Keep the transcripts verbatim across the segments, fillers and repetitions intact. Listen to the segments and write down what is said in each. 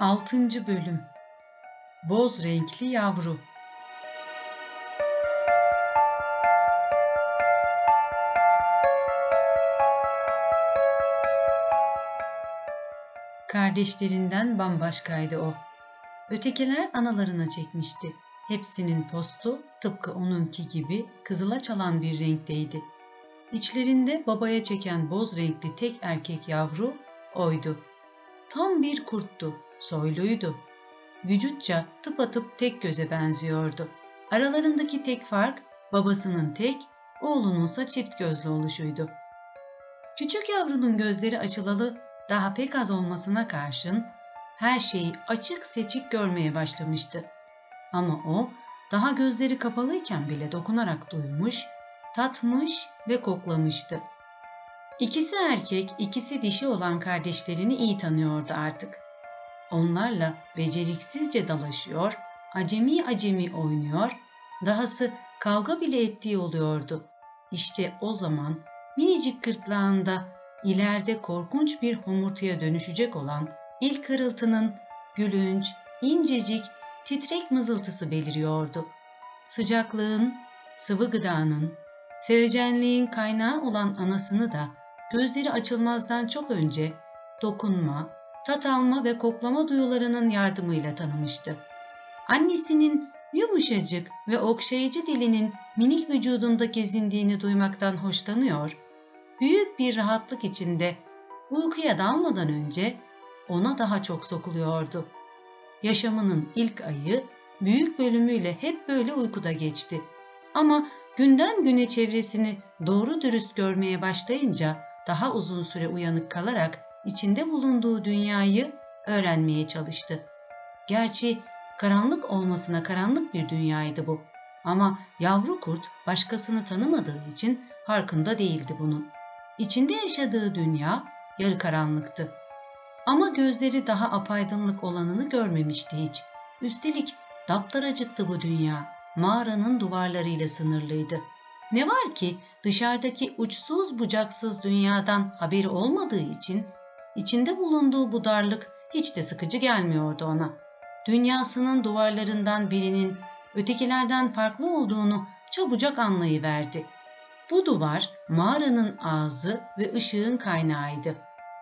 Altıncı Bölüm. Boz renkli yavru. Kardeşlerinden bambaşkaydı o. Ötekiler analarına çekmişti. Hepsinin postu tıpkı onunki gibi kızıla çalan bir renkteydi. İçlerinde babaya çeken boz renkli tek erkek yavru oydu. Tam bir kurttu, soyluydu. Vücutça tıpatıp tek göze benziyordu. Aralarındaki tek fark babasının tek, oğlununsa çift gözlü oluşuydu. Küçük yavrunun gözleri açılalı daha pek az olmasına karşın her şeyi açık seçik görmeye başlamıştı. Ama o daha gözleri kapalıyken bile dokunarak duymuş, tatmış ve koklamıştı. İkisi erkek, ikisi dişi olan kardeşlerini iyi tanıyordu artık. Onlarla beceriksizce dalaşıyor, acemi acemi oynuyor, dahası kavga bile ettiği oluyordu. İşte o zaman minicik gırtlağında ileride korkunç bir homurtuya dönüşecek olan ilk hırıltının gülünç, incecik, titrek mızıltısı beliriyordu. Sıcaklığın, sıvı gıdanın, sevecenliğin kaynağı olan anasını da gözleri açılmazdan çok önce dokunma, tat alma ve koklama duyularının yardımıyla tanımıştı. Annesinin yumuşacık ve okşayıcı dilinin minik vücudunda gezindiğini duymaktan hoşlanıyor, büyük bir rahatlık içinde uykuya dalmadan önce ona daha çok sokuluyordu. Yaşamının ilk ayı büyük bölümüyle hep böyle uykuda geçti. Ama günden güne çevresini doğru dürüst görmeye başlayınca daha uzun süre uyanık kalarak içinde bulunduğu dünyayı öğrenmeye çalıştı. Gerçi karanlık olmasına karanlık bir dünyaydı bu. Ama yavru kurt başkasını tanımadığı için farkında değildi bunun. İçinde yaşadığı dünya yarı karanlıktı. Ama gözleri daha apaydınlık olanını görmemişti hiç. Üstelik daptaracıktı bu dünya. Mağaranın duvarlarıyla sınırlıydı. Ne var ki dışarıdaki uçsuz bucaksız dünyadan haberi olmadığı için içinde bulunduğu bu darlık hiç de sıkıcı gelmiyordu ona. Dünyasının duvarlarından birinin ötekilerden farklı olduğunu çabucak anlayıverdi. Bu duvar mağaranın ağzı ve ışığın kaynağıydı.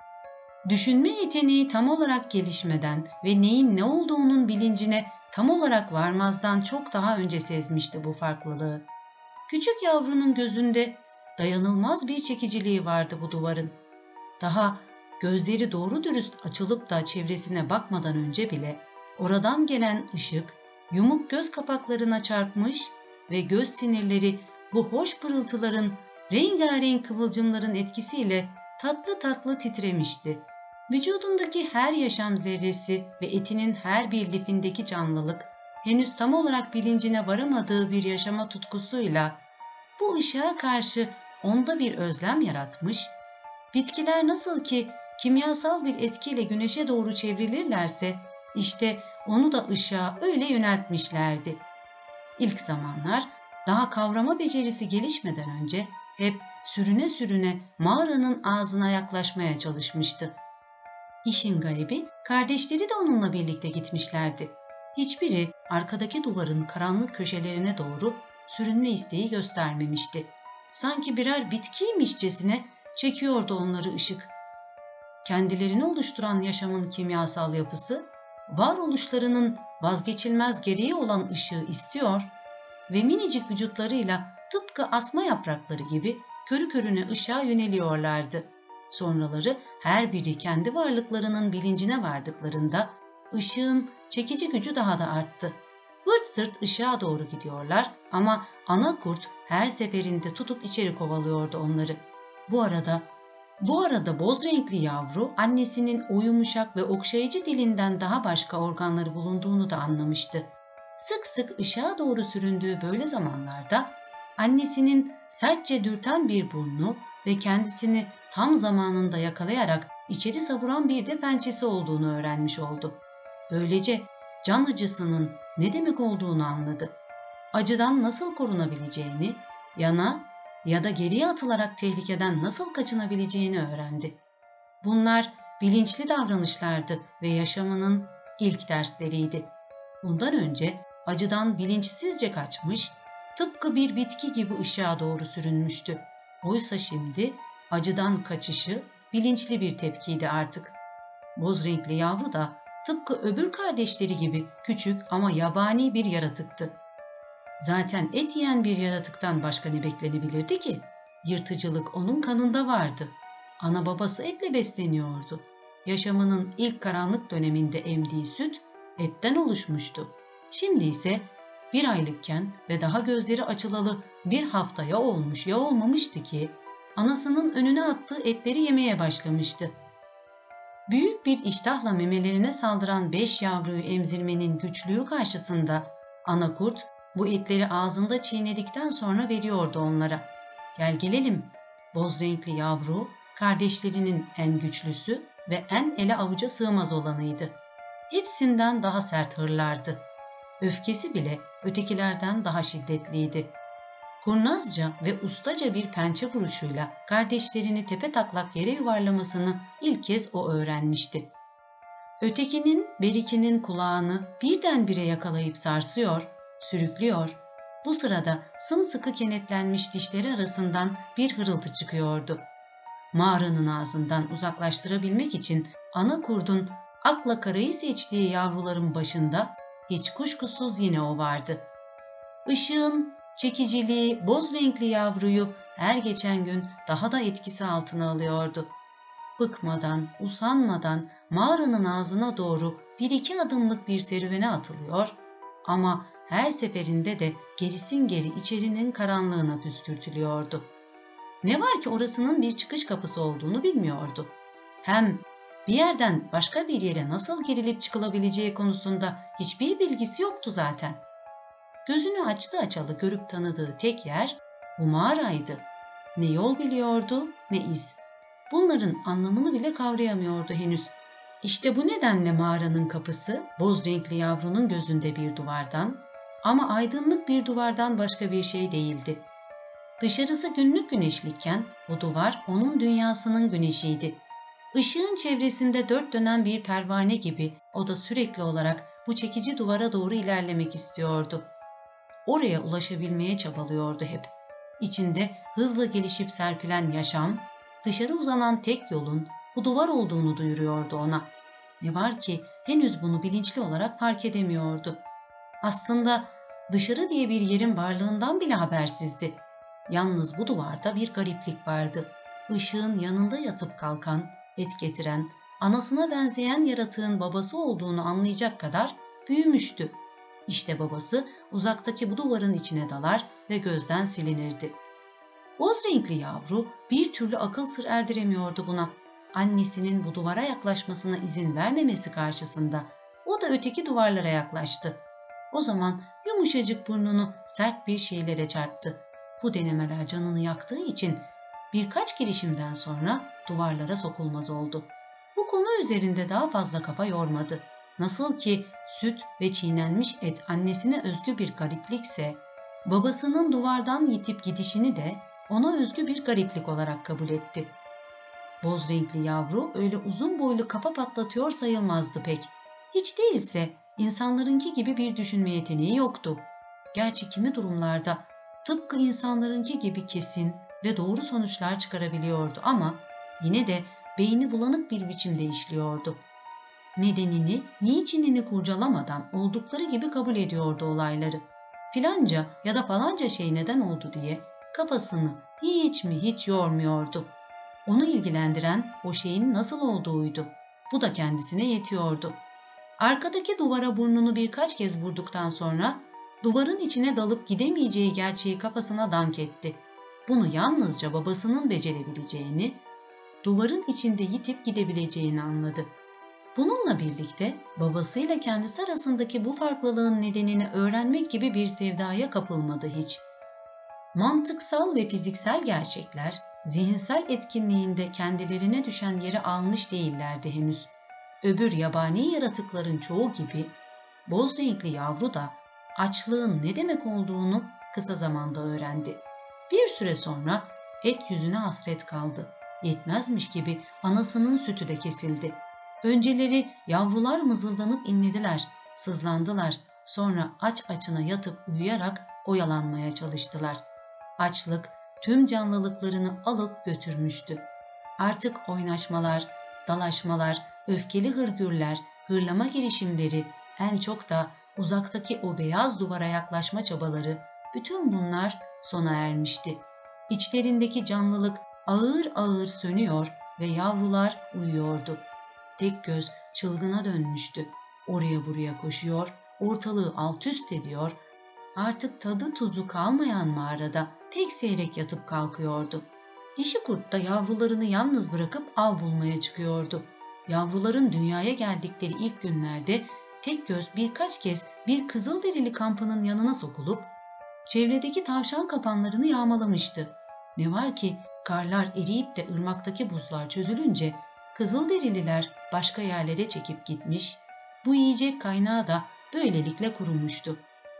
Düşünme yeteneği tam olarak gelişmeden ve neyin ne olduğunun bilincine tam olarak varmazdan çok daha önce sezmişti bu farklılığı. Küçük yavrunun gözünde dayanılmaz bir çekiciliği vardı bu duvarın. Daha gözleri doğru dürüst açılıp da çevresine bakmadan önce bile oradan gelen ışık yumuk göz kapaklarına çarpmış ve göz sinirleri bu hoş pırıltıların, rengarenk kıvılcımların etkisiyle tatlı tatlı titremişti. Vücudundaki her yaşam zerresi ve etinin her bir lifindeki canlılık henüz tam olarak bilincine varamadığı bir yaşama tutkusuyla bu ışığa karşı onda bir özlem yaratmış, bitkiler nasıl ki kimyasal bir etkiyle güneşe doğru çevrilirlerse işte onu da ışığa öyle yöneltmişlerdi. İlk zamanlar daha kavrama becerisi gelişmeden önce hep sürüne sürüne mağaranın ağzına yaklaşmaya çalışmıştı. İşin garibi kardeşleri de onunla birlikte gitmişlerdi. Hiçbiri arkadaki duvarın karanlık köşelerine doğru sürünme isteği göstermemişti. Sanki birer bitkiymişçesine çekiyordu onları ışık. Kendilerini oluşturan yaşamın kimyasal yapısı, varoluşlarının vazgeçilmez gereği olan ışığı istiyor ve minicik vücutlarıyla tıpkı asma yaprakları gibi körü körüne ışığa yöneliyorlardı. Sonraları her biri kendi varlıklarının bilincine vardıklarında ışığın çekici gücü daha da arttı. Vırt sırt ışığa doğru gidiyorlar ama ana kurt her seferinde tutup içeri kovalıyordu onları. Bu arada Bu arada boz renkli yavru annesinin o yumuşak ve okşayıcı dilinden daha başka organları bulunduğunu da anlamıştı. Sık sık ışığa doğru süründüğü böyle zamanlarda annesinin sertçe dürten bir burnu ve kendisini tam zamanında yakalayarak içeri savuran bir de pençesi olduğunu öğrenmiş oldu. Böylece can acısının ne demek olduğunu anladı. Acıdan nasıl korunabileceğini, yana ya da geriye atılarak tehlikeden nasıl kaçınabileceğini öğrendi. Bunlar bilinçli davranışlardı ve yaşamının ilk dersleriydi. Bundan önce acıdan bilinçsizce kaçmış, tıpkı bir bitki gibi ışığa doğru sürünmüştü. Oysa şimdi acıdan kaçışı bilinçli bir tepkiydi artık. Boz renkli yavru da tıpkı öbür kardeşleri gibi küçük ama yabani bir yaratıktı. Zaten et yiyen bir yaratıktan başka ne beklenebilirdi ki? Yırtıcılık onun kanında vardı. Ana babası etle besleniyordu. Yaşamının ilk karanlık döneminde emdiği süt etten oluşmuştu. Şimdi ise bir aylıkken ve daha gözleri açılalı bir haftaya olmuş ya olmamıştı ki anasının önüne attığı etleri yemeye başlamıştı. Büyük bir iştahla memelerine saldıran beş yavruyu emzirmenin güçlüğü karşısında ana kurt bu etleri ağzında çiğnedikten sonra veriyordu onlara. Gel gelelim, boz renkli yavru kardeşlerinin en güçlüsü ve en ele avuca sığmaz olanıydı. Hepsinden daha sert hırlardı. Öfkesi bile ötekilerden daha şiddetliydi. Kurnazca ve ustaca bir pençe vuruşuyla kardeşlerini tepetaklak yere yuvarlamasını ilk kez o öğrenmişti. Ötekinin berikinin kulağını birdenbire yakalayıp sarsıyor, sürüklüyor. Bu sırada sımsıkı kenetlenmiş dişleri arasından bir hırıltı çıkıyordu. Mağaranın ağzından uzaklaştırabilmek için ana kurdun akla karayı seçtiği yavruların başında hiç kuşkusuz yine o vardı. Işığın çekiciliği boz renkli yavruyu her geçen gün daha da etkisi altına alıyordu. Bıkmadan, usanmadan mağaranın ağzına doğru bir iki adımlık bir serüvene atılıyor ama her seferinde de gerisin geri içerinin karanlığına püskürtülüyordu. Ne var ki orasının bir çıkış kapısı olduğunu bilmiyordu. Hem bir yerden başka bir yere nasıl girilip çıkılabileceği konusunda hiçbir bilgisi yoktu zaten. Gözünü açtı açalı görüp tanıdığı tek yer bu mağaraydı. Ne yol biliyordu ne iz. Bunların anlamını bile kavrayamıyordu henüz. İşte bu nedenle mağaranın kapısı boz renkli yavrunun gözünde bir duvardan ama aydınlık bir duvardan başka bir şey değildi. Dışarısı günlük güneşlikken bu duvar onun dünyasının güneşiydi. Işığın çevresinde dört dönen bir pervane gibi o da sürekli olarak bu çekici duvara doğru ilerlemek istiyordu. Oraya ulaşabilmeye çabalıyordu hep. İçinde hızla gelişip serpilen yaşam, dışarı uzanan tek yolun bu duvar olduğunu duyuruyordu ona. Ne var ki henüz bunu bilinçli olarak fark edemiyordu. Aslında dışarı diye bir yerin varlığından bile habersizdi. Yalnız bu duvarda bir gariplik vardı. Işığın yanında yatıp kalkan, et getiren, anasına benzeyen yaratığın babası olduğunu anlayacak kadar büyümüştü. İşte babası uzaktaki bu duvarın içine dalar ve gözden silinirdi. Boz renkli yavru bir türlü akıl sır erdiremiyordu buna. Annesinin bu duvara yaklaşmasına izin vermemesi karşısında o da öteki duvarlara yaklaştı. O zaman yumuşacık burnunu sert bir şeylere çarptı. Bu denemeler canını yaktığı için birkaç girişimden sonra duvarlara sokulmaz oldu. Bu konu üzerinde daha fazla kafa yormadı. Nasıl ki süt ve çiğnenmiş et annesine özgü bir gariplikse, babasının duvardan yitip gidişini de ona özgü bir gariplik olarak kabul etti. Boz renkli yavru öyle uzun boylu kafa patlatıyor sayılmazdı pek. Hiç değilse insanlarınki gibi bir düşünme yeteneği yoktu. Gerçi kimi durumlarda tıpkı insanlarınki gibi kesin ve doğru sonuçlar çıkarabiliyordu ama yine de beyni bulanık bir biçimde işliyordu. Nedenini, niçinini kurcalamadan oldukları gibi kabul ediyordu olayları. Filanca ya da falanca şey neden oldu diye kafasını hiç mi hiç yormuyordu. Onu ilgilendiren o şeyin nasıl olduğuydu. Bu da kendisine yetiyordu. Arkadaki duvara burnunu birkaç kez vurduktan sonra duvarın içine dalıp gidemeyeceği gerçeği kafasına dank etti. Bunu yalnızca babasının becerebileceğini, duvarın içinde yitip gidebileceğini anladı. Bununla birlikte babasıyla kendisi arasındaki bu farklılığın nedenini öğrenmek gibi bir sevdaya kapılmadı hiç. Mantıksal ve fiziksel gerçekler zihinsel etkinliğinde kendilerine düşen yeri almış değillerdi henüz. Öbür yabani yaratıkların çoğu gibi boz renkli yavru da açlığın ne demek olduğunu kısa zamanda öğrendi. Bir süre sonra et yüzüne hasret kaldı. Yetmezmiş gibi anasının sütü de kesildi. Önceleri yavrular mızıldanıp inlediler, sızlandılar. Sonra aç açına yatıp uyuyarak oyalanmaya çalıştılar. Açlık tüm canlılıklarını alıp götürmüştü. Artık oynaşmalar, dalaşmalar, öfkeli hırgürler, hırlama girişimleri, en çok da uzaktaki o beyaz duvara yaklaşma çabaları, bütün bunlar sona ermişti. İçlerindeki canlılık ağır ağır sönüyor ve yavrular uyuyordu. Tekgöz çılgına dönmüştü. Oraya buraya koşuyor, ortalığı alt üst ediyor. Artık tadı tuzu kalmayan mağarada tek seyrek yatıp kalkıyordu. Dişi kurt da yavrularını yalnız bırakıp av bulmaya çıkıyordu. Yavruların dünyaya geldikleri ilk günlerde Tekgöz birkaç kez bir kızılderili kampının yanına sokulup çevredeki tavşan kapanlarını yağmalamıştı. Ne var ki karlar eriyip de ırmaktaki buzlar çözülünce kızılderililer başka yerlere çekip gitmiş, bu yiyecek kaynağı da böylelikle kurumuştu.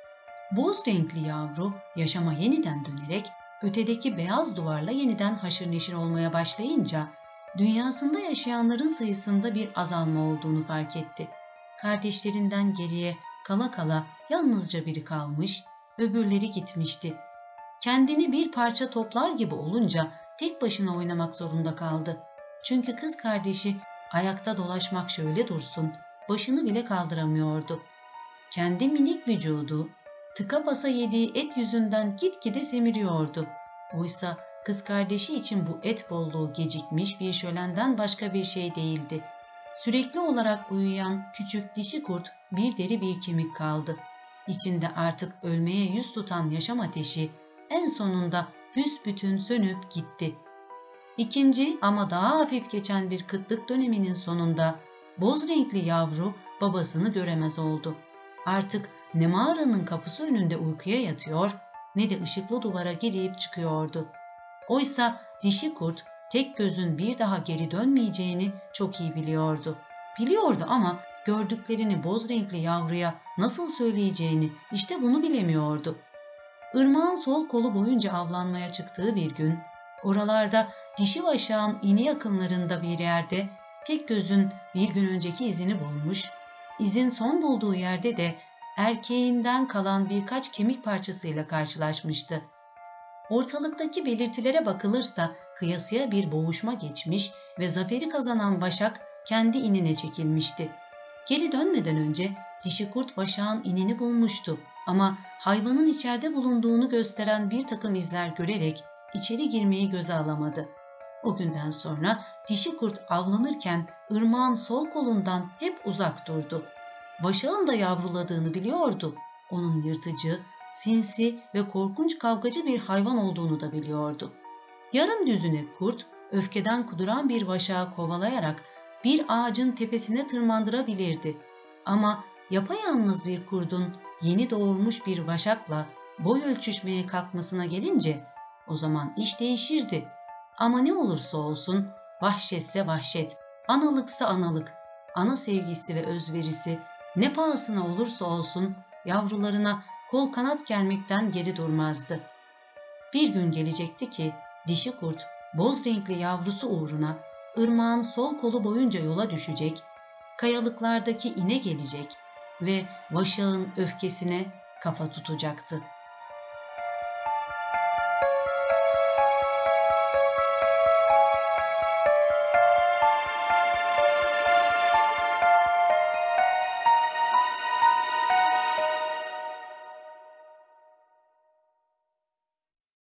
Boz renkli yavru yaşama yeniden dönerek ötedeki beyaz duvarla yeniden haşır neşir olmaya başlayınca dünyasında yaşayanların sayısında bir azalma olduğunu fark etti. Kardeşlerinden geriye kala kala yalnızca biri kalmış, öbürleri gitmişti. Kendini bir parça toplar gibi olunca tek başına oynamak zorunda kaldı. Çünkü kız kardeşi ayakta dolaşmak şöyle dursun, başını bile kaldıramıyordu. Kendi minik vücudu tıka basa yediği et yüzünden gitgide semiriyordu. Oysa kız kardeşi için bu et bolluğu gecikmiş bir şölenden başka bir şey değildi. Sürekli olarak uyuyan küçük dişi kurt bir deri bir kemik kaldı. İçinde artık ölmeye yüz tutan yaşam ateşi en sonunda büsbütün sönüp gitti. İkinci ama daha hafif geçen bir kıtlık döneminin sonunda boz renkli yavru babasını göremez oldu. Artık ne mağaranın kapısı önünde uykuya yatıyor ne de ışıklı duvara girip çıkıyordu. Oysa dişi kurt tek gözün bir daha geri dönmeyeceğini çok iyi biliyordu. Biliyordu ama gördüklerini boz renkli yavruya nasıl söyleyeceğini işte bunu bilemiyordu. Irmağın sol kolu boyunca avlanmaya çıktığı bir gün, oralarda dişi vaşağın ini yakınlarında bir yerde tek gözün bir gün önceki izini bulmuş, izin son bulduğu yerde de erkeğinden kalan birkaç kemik parçasıyla karşılaşmıştı. Ortalıktaki belirtilere bakılırsa kıyasıya bir boğuşma geçmiş ve zaferi kazanan vaşak kendi inine çekilmişti. Geri dönmeden önce dişi kurt vaşağın inini bulmuştu ama hayvanın içeride bulunduğunu gösteren bir takım izler görerek içeri girmeyi göze alamadı. O günden sonra dişi kurt avlanırken ırmağın sol kolundan hep uzak durdu. Vaşağın da yavruladığını biliyordu. Onun yırtıcı, sinsi ve korkunç kavgacı bir hayvan olduğunu da biliyordu. Yarım düzine kurt, öfkeden kuduran bir vaşağı kovalayarak bir ağacın tepesine tırmandırabilirdi. Ama yapayalnız bir kurdun yeni doğurmuş bir vaşakla boy ölçüşmeye kalkmasına gelince o zaman iş değişirdi. Ama ne olursa olsun vahşetse vahşet, analıksa analık, ana sevgisi ve özverisi ne pahasına olursa olsun yavrularına kol kanat germekten geri durmazdı. Bir gün gelecekti ki dişi kurt boz renkli yavrusu uğruna ırmağın sol kolu boyunca yola düşecek, kayalıklardaki ine gelecek ve vaşağın öfkesine kafa tutacaktı.